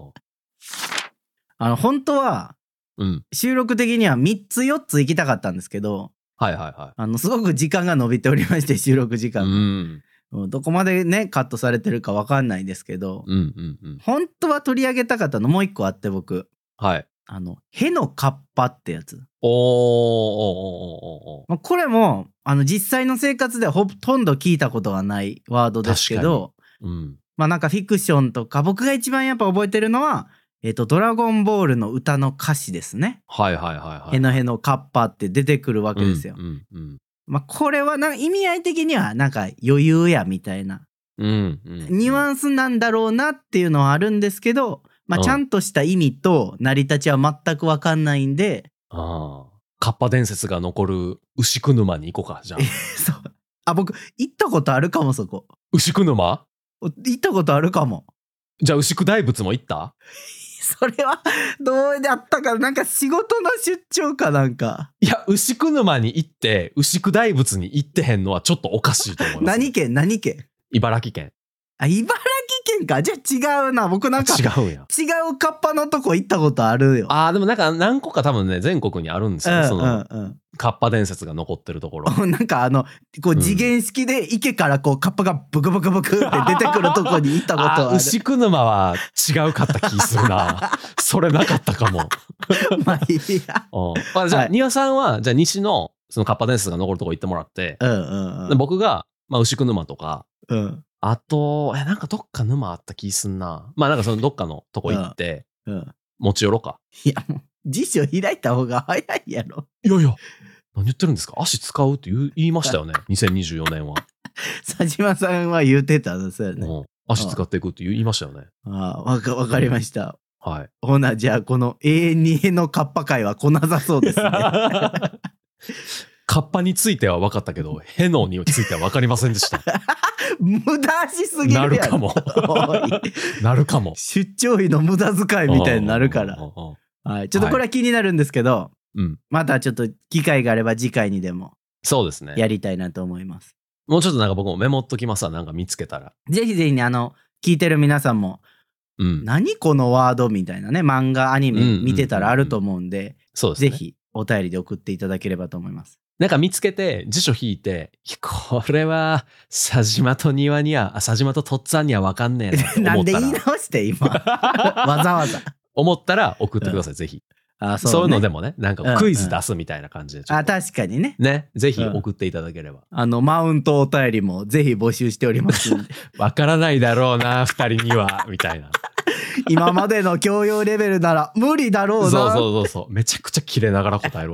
あの、本当は、うん、収録的にはみっつよっつ行きたかったんですけど、 はいはいはい。 あの、すごく時間が伸びておりまして、収録時間が。うん、どこまでね、カットされてるかわかんないですけど、うんうんうん、本当は取り上げたかったのもう一個あって、僕。 はい。 あの、へのカッパってやつ。 おー、おー、おー、おー。 まあ、これも、あの、実際の生活ではほとんど聞いたことがないワードですけど、うん、まあなんかフィクションとか、僕が一番やっぱ覚えてるのは、えっと、ドラゴンボールの歌の歌詞ですね。 はいはいはいはい。 へのへのカッパって出てくるわけですよ。うんうんうん、まあこれはな意味合い的にはなんか余裕やみたいな、うんうんうん、ニュアンスなんだろうなっていうのはあるんですけど、まあ、ちゃんとした意味と成り立ちは全く分かんないんで、 ああ、カッパ伝説が残る牛久沼に行こうか、じゃあ。 そう。あ、僕、行ったことあるかも、そこ。 牛久沼？ 行ったことあるかも。 じゃあ、牛久大仏も行った？ それは、どうだったか、なんか仕事の出張かなんか。 いや、牛久沼に行って、牛久大仏に行ってへんのはちょっとおかしいと思います。 何県何県？ 茨城県。 あ、茨城県か。じゃあ違うな。僕なんか違うや。 違うカッパのとこ行ったことあるよ。 ああ、でもなんか何個か多分ね、全国にあるんですよ。うんうんうん、そのカッパ伝説が残ってるところ。 なんかあの、こう次元式で池からこうカッパがブクブクブクって出てくるとこに行ったことある。 あ、牛久沼は違うかった気するな。それなかったかも。 まあいいや。 あ、じゃあ、丹羽、はい、さんは、じゃあ西のそのカッパ伝説が残るとこ行ってもらって、うんうんうん、で僕が、まあ、牛久沼とか、うんあと、え、なんかどっか沼あった気すんな。まあなんかそのどっかのとこ行って、うんうん、持ち寄ろうか。 いやもう、辞書開いた方が早いやろ。 いやいや、何言ってるんですか？足使うって言う言いましたよね。にせんにじゅうよねんは。 佐島さんは言うてたんですよね。うん、 足使っていくって言いましたよね。 ああ、わか、わかりました。 うん、はい。 ほな、じゃあこの永遠にのカッパ会は来なさそうですね。 カッパについては分かったけど、ヘノについては分かりませんでした。 無駄しすぎるやん。 なるかも。なるかも。 出張費の無駄遣いみたいになるから。はい。ちょっとこれは気になるんですけど、はい、またちょっと機会があれば次回にでも。 そうですね。 やりたいなと思います。 もうちょっとなんか僕もメモっときますわ。なんか見つけたら。 ぜひぜひね、あの、聞いてる皆さんも、うん、何このワードみたいなね、漫画、アニメ見てたらあると思うんで、 そうですね。 ぜひお便りで送っていただければと思います。 なんか見つけて辞書引いて、これは佐島と庭には、佐島ととっつぁんには分かんねえな。 なんで言い直して今。わざわざ。 思ったら送ってください、うん、ぜひ。あ そうね、そういうのでもね、なんかクイズ出すみたいな感じで、うんうん。 あ、確かにね。 ね、ぜひ送っていただければ。 うん、あの、マウントお便りもぜひ募集しておりますんで。 分からないだろうな、二人には、みたいな。 今までの教養レベルなら無理だろうな。 そうそうそうそう。めちゃくちゃキレながら答えるわ。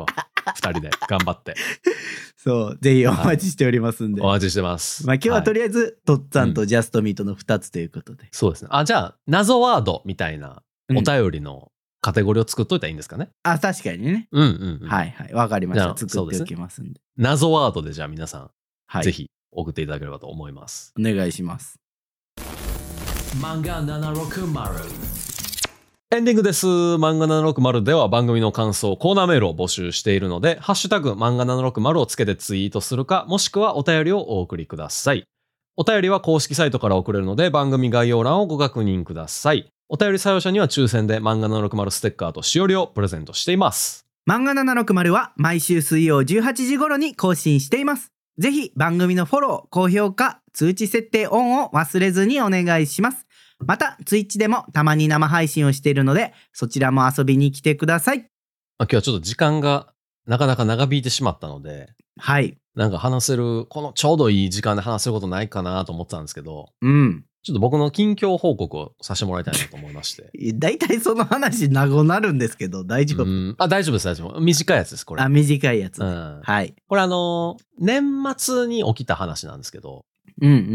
ふたりで頑張って。 そう、ぜひお待ちしておりますんで。 はい、お待ちしてます。 まあ今日はとりあえず、はい、トッツァンとジャストミートのふたつということで、うん。 そうですね。あ、じゃあ、謎ワードみたいなお便りのカテゴリーを作っといたらいいんですかね。 うん、あ、確かにね。 うんうんうん。 はいはい。わかりました。作っておきますんで。で謎ワードでじゃあ皆さん、 はい、 ぜひ送っていただければと思います。 お願いします。 漫画ななひゃくろくじゅう。エンディングです。漫画ななひゃくろくじゅうでは番組の感想、コーナーメールを募集しているので、ハッシュタグ漫画ななひゃくろくじゅうをつけてツイートするか、もしくはお便りをお送りください。お便りは公式サイトから送れるので、番組概要欄をご確認ください。お便り採用者には抽選で漫画ななひゃくろくじゅうステッカーとしおりをプレゼントしています。 漫画ななひゃくろくじゅうは毎週水曜じゅうはちじ頃に更新しています。ぜひ番組のフォロー、高評価、通知設定オンを忘れずにお願いします。また、ツイッチでもたまに生配信をしているので、そちらも遊びに来てください。 今日はちょっと時間がなかなか長引いてしまったので、 はい。 なんか話せる、このちょうどいい時間で話せることないかなと思ってたんですけど、 うん。 ちょっと僕の近況報告をさせてもらいたいなと思いまして。 大体その話長なるんですけど、大丈夫？ あ、大丈夫です、大丈夫。短いやつです、これ。 あ、短いやつ、ね。 うん。 はい。 これあの、年末に起きた話なんですけど、 うんうんうん。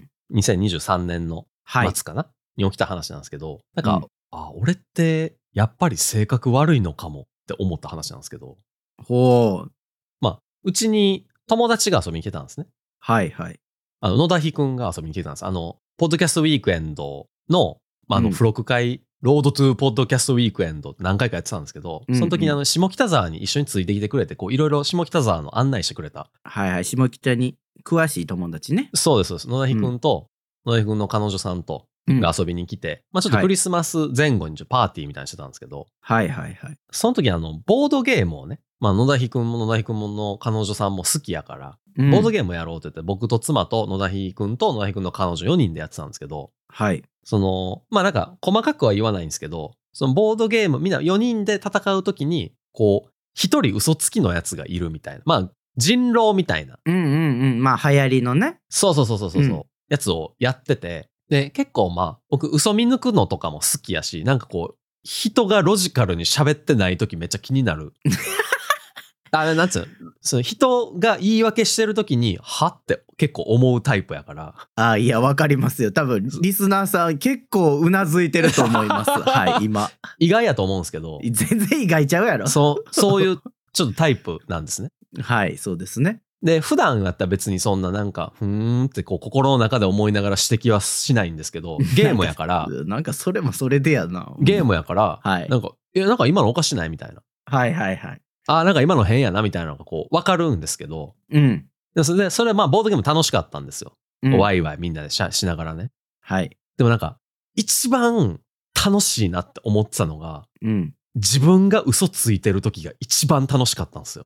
にせんにじゅうさんねんの末かな、はい、に起きた話なんですけど、なんか、うん、あ、俺ってやっぱり性格悪いのかもって思った話なんですけど。 ほう。 まあ、うちに友達が遊びに来てたんですね。 はいはい。 あの、野田ひくんが遊びに来てたんです。あの、ポッドキャストウィークエンドの、まあ、あの、付録会、うん、ロードトゥーポッドキャストウィークエンドって何回かやってたんですけど、うんうん、その時にあの、下北沢に一緒についてきてくれて、こう、いろいろ下北沢の案内してくれた。 はいはい、下北に詳しい友達ね。 そうです、そうです。野田ひくんと、うん、野田ひくんの彼女さんと、が遊びに来て、うん、まあちょっとクリスマス前後にパーティーみたいにしてたんですけど、 はいはいはい。 その時あの、ボードゲームをね、まあ野田ひくんも野田ひくんもの彼女さんも好きやから、うん、ボードゲームやろうって言って、僕と妻と野田ひくんと野田ひくんの彼女よにんでやってたんですけど、 はい。 その、まあなんか細かくは言わないんですけど、そのボードゲーム、みんなよにんで戦う時に、こう、一人嘘つきのやつがいるみたいな。まあ、人狼みたいな。 うんうんうん。まあ流行りのね。 そうそうそうそうそう、うん、やつをやってて、で、結構まあ、僕、嘘見抜くのとかも好きやし、なんかこう、人がロジカルに喋ってないときめっちゃ気になる。あれ、なんつうの、その人が言い訳してるときに、はって結構思うタイプやから。 あ、いや、わかりますよ。多分、リスナーさん結構うなずいてると思います。はい、今。 意外やと思うんですけど。 全然意外ちゃうやろ。 そう、そういうちょっとタイプなんですね。 はい、そうですね。 で、普段やったら別にそんななんか、ふーんってこう心の中で思いながら指摘はしないんですけど、ゲームやから。 なんかそれもそれでやな。 ゲームやから、 はい、 なんか、いや、なんか今のおかしないみたいな。 はいはいはい。 あ、なんか今の変やなみたいなのがこう、わかるんですけど。 うん。 で、それで、それまあ、ボードゲーム楽しかったんですよ。うん、ワイワイみんなでししながらね。 はい。 でもなんか、一番楽しいなって思ってたのが、 うん、 自分が嘘ついてる時が一番楽しかったんですよ。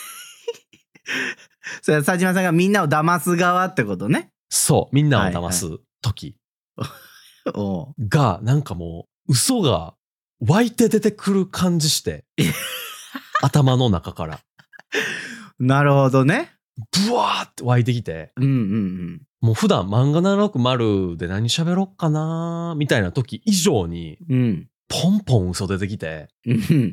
それは佐島さんがみんなを騙す側ってことね。 そう、みんなを騙す時、 はいはい、 がなんかもう嘘が湧いて出てくる感じして頭の中からなるほどね。 ブワーって湧いてきて、 うんうんうん、 もう普段漫画ななひゃくろくじゅうで何喋ろっかなみたいな時以上に、 うん、 ポンポン嘘出てきて、 うん、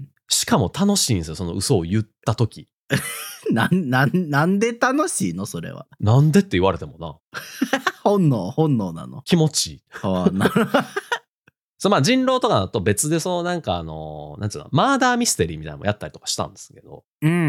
しかも楽しいんですよ、その嘘を言った時。 な、な、なんで楽しいのそれは。 なんでって言われてもな。 本能、本能なの。 気持ちいい。 ああ、なるほど。 そう、まあ人狼とかだと別でそうなんかあの、なんつうの、マーダーミステリーみたいなのもやったりとかしたんですけど。 うんうんうん。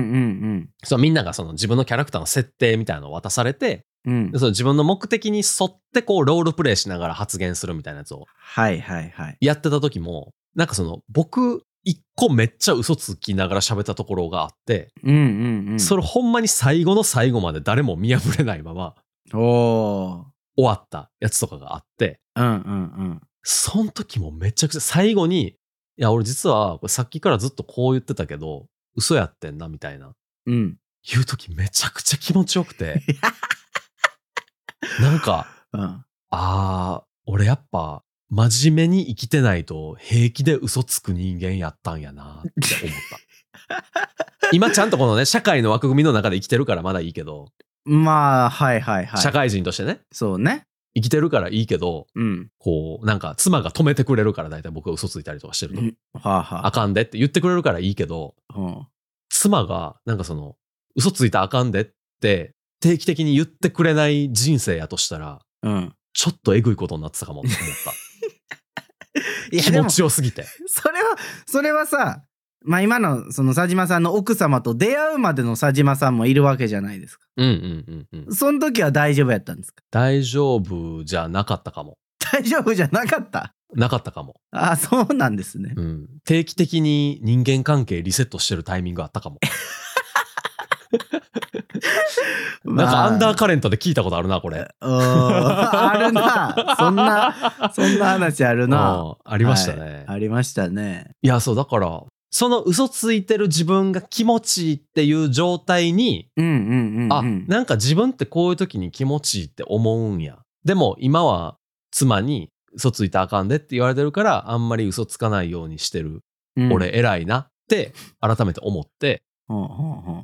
そう、みんながその自分のキャラクターの設定みたいなのを渡されて、 うん、 でその自分の目的に沿ってこうロールプレイしながら発言するみたいなやつを。 はいはいはい。 やってた時も、なんかその僕、一個めっちゃ嘘つきながら喋ったところがあって、 うんうんうん、 それほんまに最後の最後まで誰も見破れないまま、 お終わったやつとかがあって、 うんうんうん。 その時もめちゃくちゃ最後に、いや俺実はさっきからずっとこう言ってたけど、嘘やってんなみたいな。 うん。 言う時めちゃくちゃ気持ちよくて。なんか、 うん、 あー、俺やっぱ、真面目に生きてないと平気で嘘つく人間やったんやなって思った。今ちゃんとこのね、社会の枠組みの中で生きてるからまだいいけど。 まあ、はいはいはい。 社会人としてね。 そうね。 生きてるからいいけど、 うん、 こう、なんか妻が止めてくれるから大体僕が嘘ついたりとかしてると。 うん、はあはあ、 あかんでって言ってくれるからいいけど、 うん、 妻がなんかその嘘ついたらあかんでって定期的に言ってくれない人生やとしたら、うん、ちょっとえぐいことになってたかもって思ったいや気持ちよすぎて。 それはそれはさ、まあ今のその佐島さんの奥様と出会うまでの佐島さんもいるわけじゃないですか。うんうんうんうん。その時は大丈夫やったんですか？ 大丈夫じゃなかったかも。 大丈夫じゃなかった？ なかったかも。 ああ、そうなんですね。 うん。定期的に人間関係リセットしてるタイミングあったかも。なんかアンダーカレントで聞いたことあるなこれ。 あるな。そんなそんな話あるな。 ありましたね、 はい。ありましたね。 いやそうだからその嘘ついてる自分が気持ちいいっていう状態に、うんうんうんうん、あなんか自分ってこういう時に気持ちいいって思うんや。でも今は妻に嘘ついたらあかんでって言われてるからあんまり嘘つかないようにしてる、うん、俺偉いなって改めて思って、うんうんうん、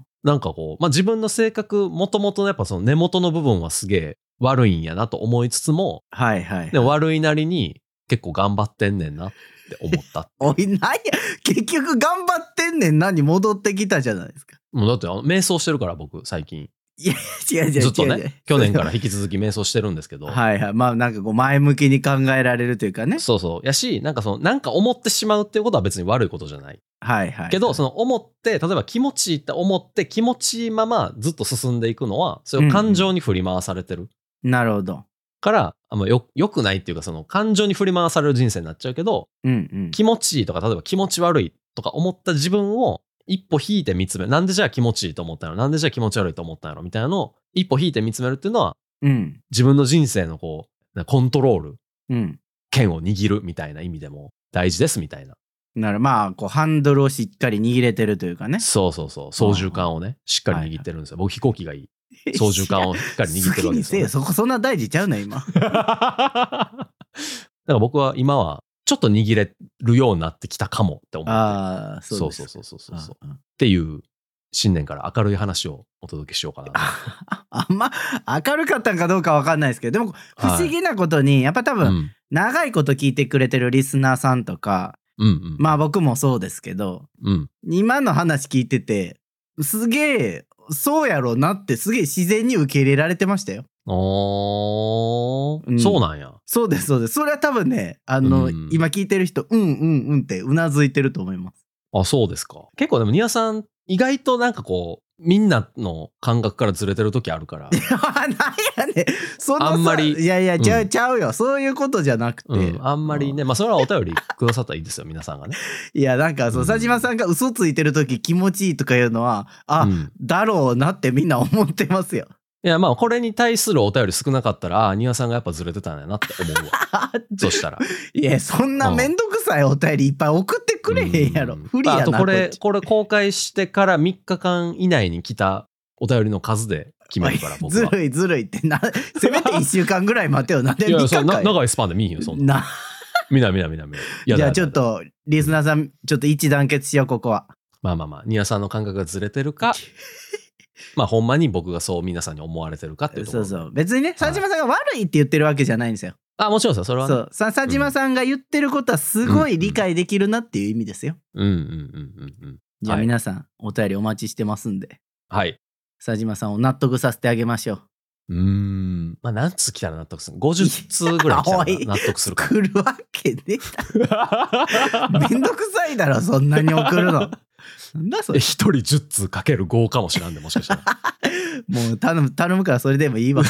なんかこう、まあ、自分の性格もともとやっぱその根元の部分はすげえ悪いんやなと思いつつも、はいはいはい、でも悪いなりに結構頑張ってんねんなって思ったって。 おいなんや結局頑張ってんねんなに戻ってきたじゃないですか。 もうだってあの瞑想してるから僕最近。 いや違う違う違う違うずっとね去年から引き続き瞑想してるんですけどはいはいまあなんかこう前向きに考えられるというかね。 そうそうやしなんかそのなんか思ってしまうっていうことは別に悪いことじゃない、はいはいはい、けどその思って例えば気持ちいいって思って気持ちいいままずっと進んでいくのはそれを感情に振り回されてる、うんうん、なるほどからあんまよよくないっていうかその感情に振り回される人生になっちゃうけど、うんうん、気持ちいいとか例えば気持ち悪いとか思った自分を一歩引いて見つめる。なんでじゃあ気持ちいいと思ったのなんでじゃあ気持ち悪いと思ったのみたいなのを一歩引いて見つめるっていうのは、うん、自分の人生のこうコントロール、うん、剣を握るみたいな意味でも大事ですみたいな。 なるまあこうハンドルをしっかり握れてるというかね。 そうそうそう操縦桿をねしっかり握ってるんですよ、はいはい、僕飛行機がいい操縦桿をしっかり握ってるわけですよ、ね、 そこそんな大事ちゃうね今だから僕は今はちょっと握れるようになってきたかもって思って。ああ、そうそうそうそうそうそう。っていう新年から明るい話をお届けしようかな。 あ, あんま明るかったんかどうか分かんないですけど、でも不思議なことに、はい、やっぱ多分、うん、長いこと聞いてくれてるリスナーさんとか、うんうん、まあ僕もそうですけど、うん、今の話聞いててすげえそうやろうなってすげえ自然に受け入れられてましたよ。 おー、うん、そうなんや。 そうですそうです。それは多分ねあの、うん、今聞いてる人うんうんうんってうなずいてると思います。 あそうですか。結構でもニアさん意外となんかこうみんなの感覚からずれてる時あるから。 なんやねんそんなさあんまりいやいやちゃう、うん、ちゃうよそういうことじゃなくて、うん、あんまりねまあそれはお便りくださったらいいですよ皆さんがね。 いやなんかそう、うん、佐島さんが嘘ついてる時気持ちいいとかいうのはあ、うん、だろうなってみんな思ってますよ。 いやまあこれに対するお便り少なかったらあニアさんがやっぱずれてたんやなって思うわそしたらいやそんなめんどくさいお便りいっぱい送ってくれへんやろ、うん、不利やな。 あとこれこれ公開してからみっかかん以内に来たお便りの数で決めるから僕は。 ずるいずるいってなせめていっしゅうかんぐらい待てよ。なんでみっかかんいやな長いスパンで見いひんよそんななみなみなみなみな。 じゃあちょっとリスナーさんちょっと一致団結しようここは。 まあまあまあニアさんの感覚がずれてるかまあほんまに僕がそう皆さんに思われてるかっていうところ。 そうそう別にね佐島さんが悪いって言ってるわけじゃないんですよ。 あもちろんさそれは、ね、 そう佐島さんが言ってることはすごい理解できるなっていう意味ですよ。うんうんうんうんうん。じゃあ皆さん、はい、お便りお待ちしてますんで。はい。佐島さんを納得させてあげましょう。 うーんまあ何通来たら納得するごじゅっつうぐらい来たら納得するか来るわけねえだめんどくさいだろそんなに送るのなんだそれひとりじゅっつうかけるごかもしらんでもしかしたらもう頼む頼むからそれでもいいわ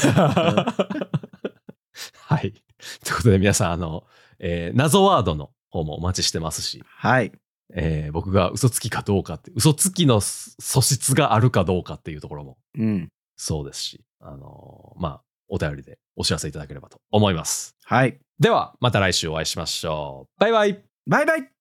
はいということで皆さんあの、えー、謎ワードの方もお待ちしてますしはいえー、僕が嘘つきかどうかって嘘つきの素質があるかどうかっていうところも、うん、そうですしあのー、まあお便りでお知らせいただければと思います。はいではまた来週お会いしましょう。バイバイバイバイ。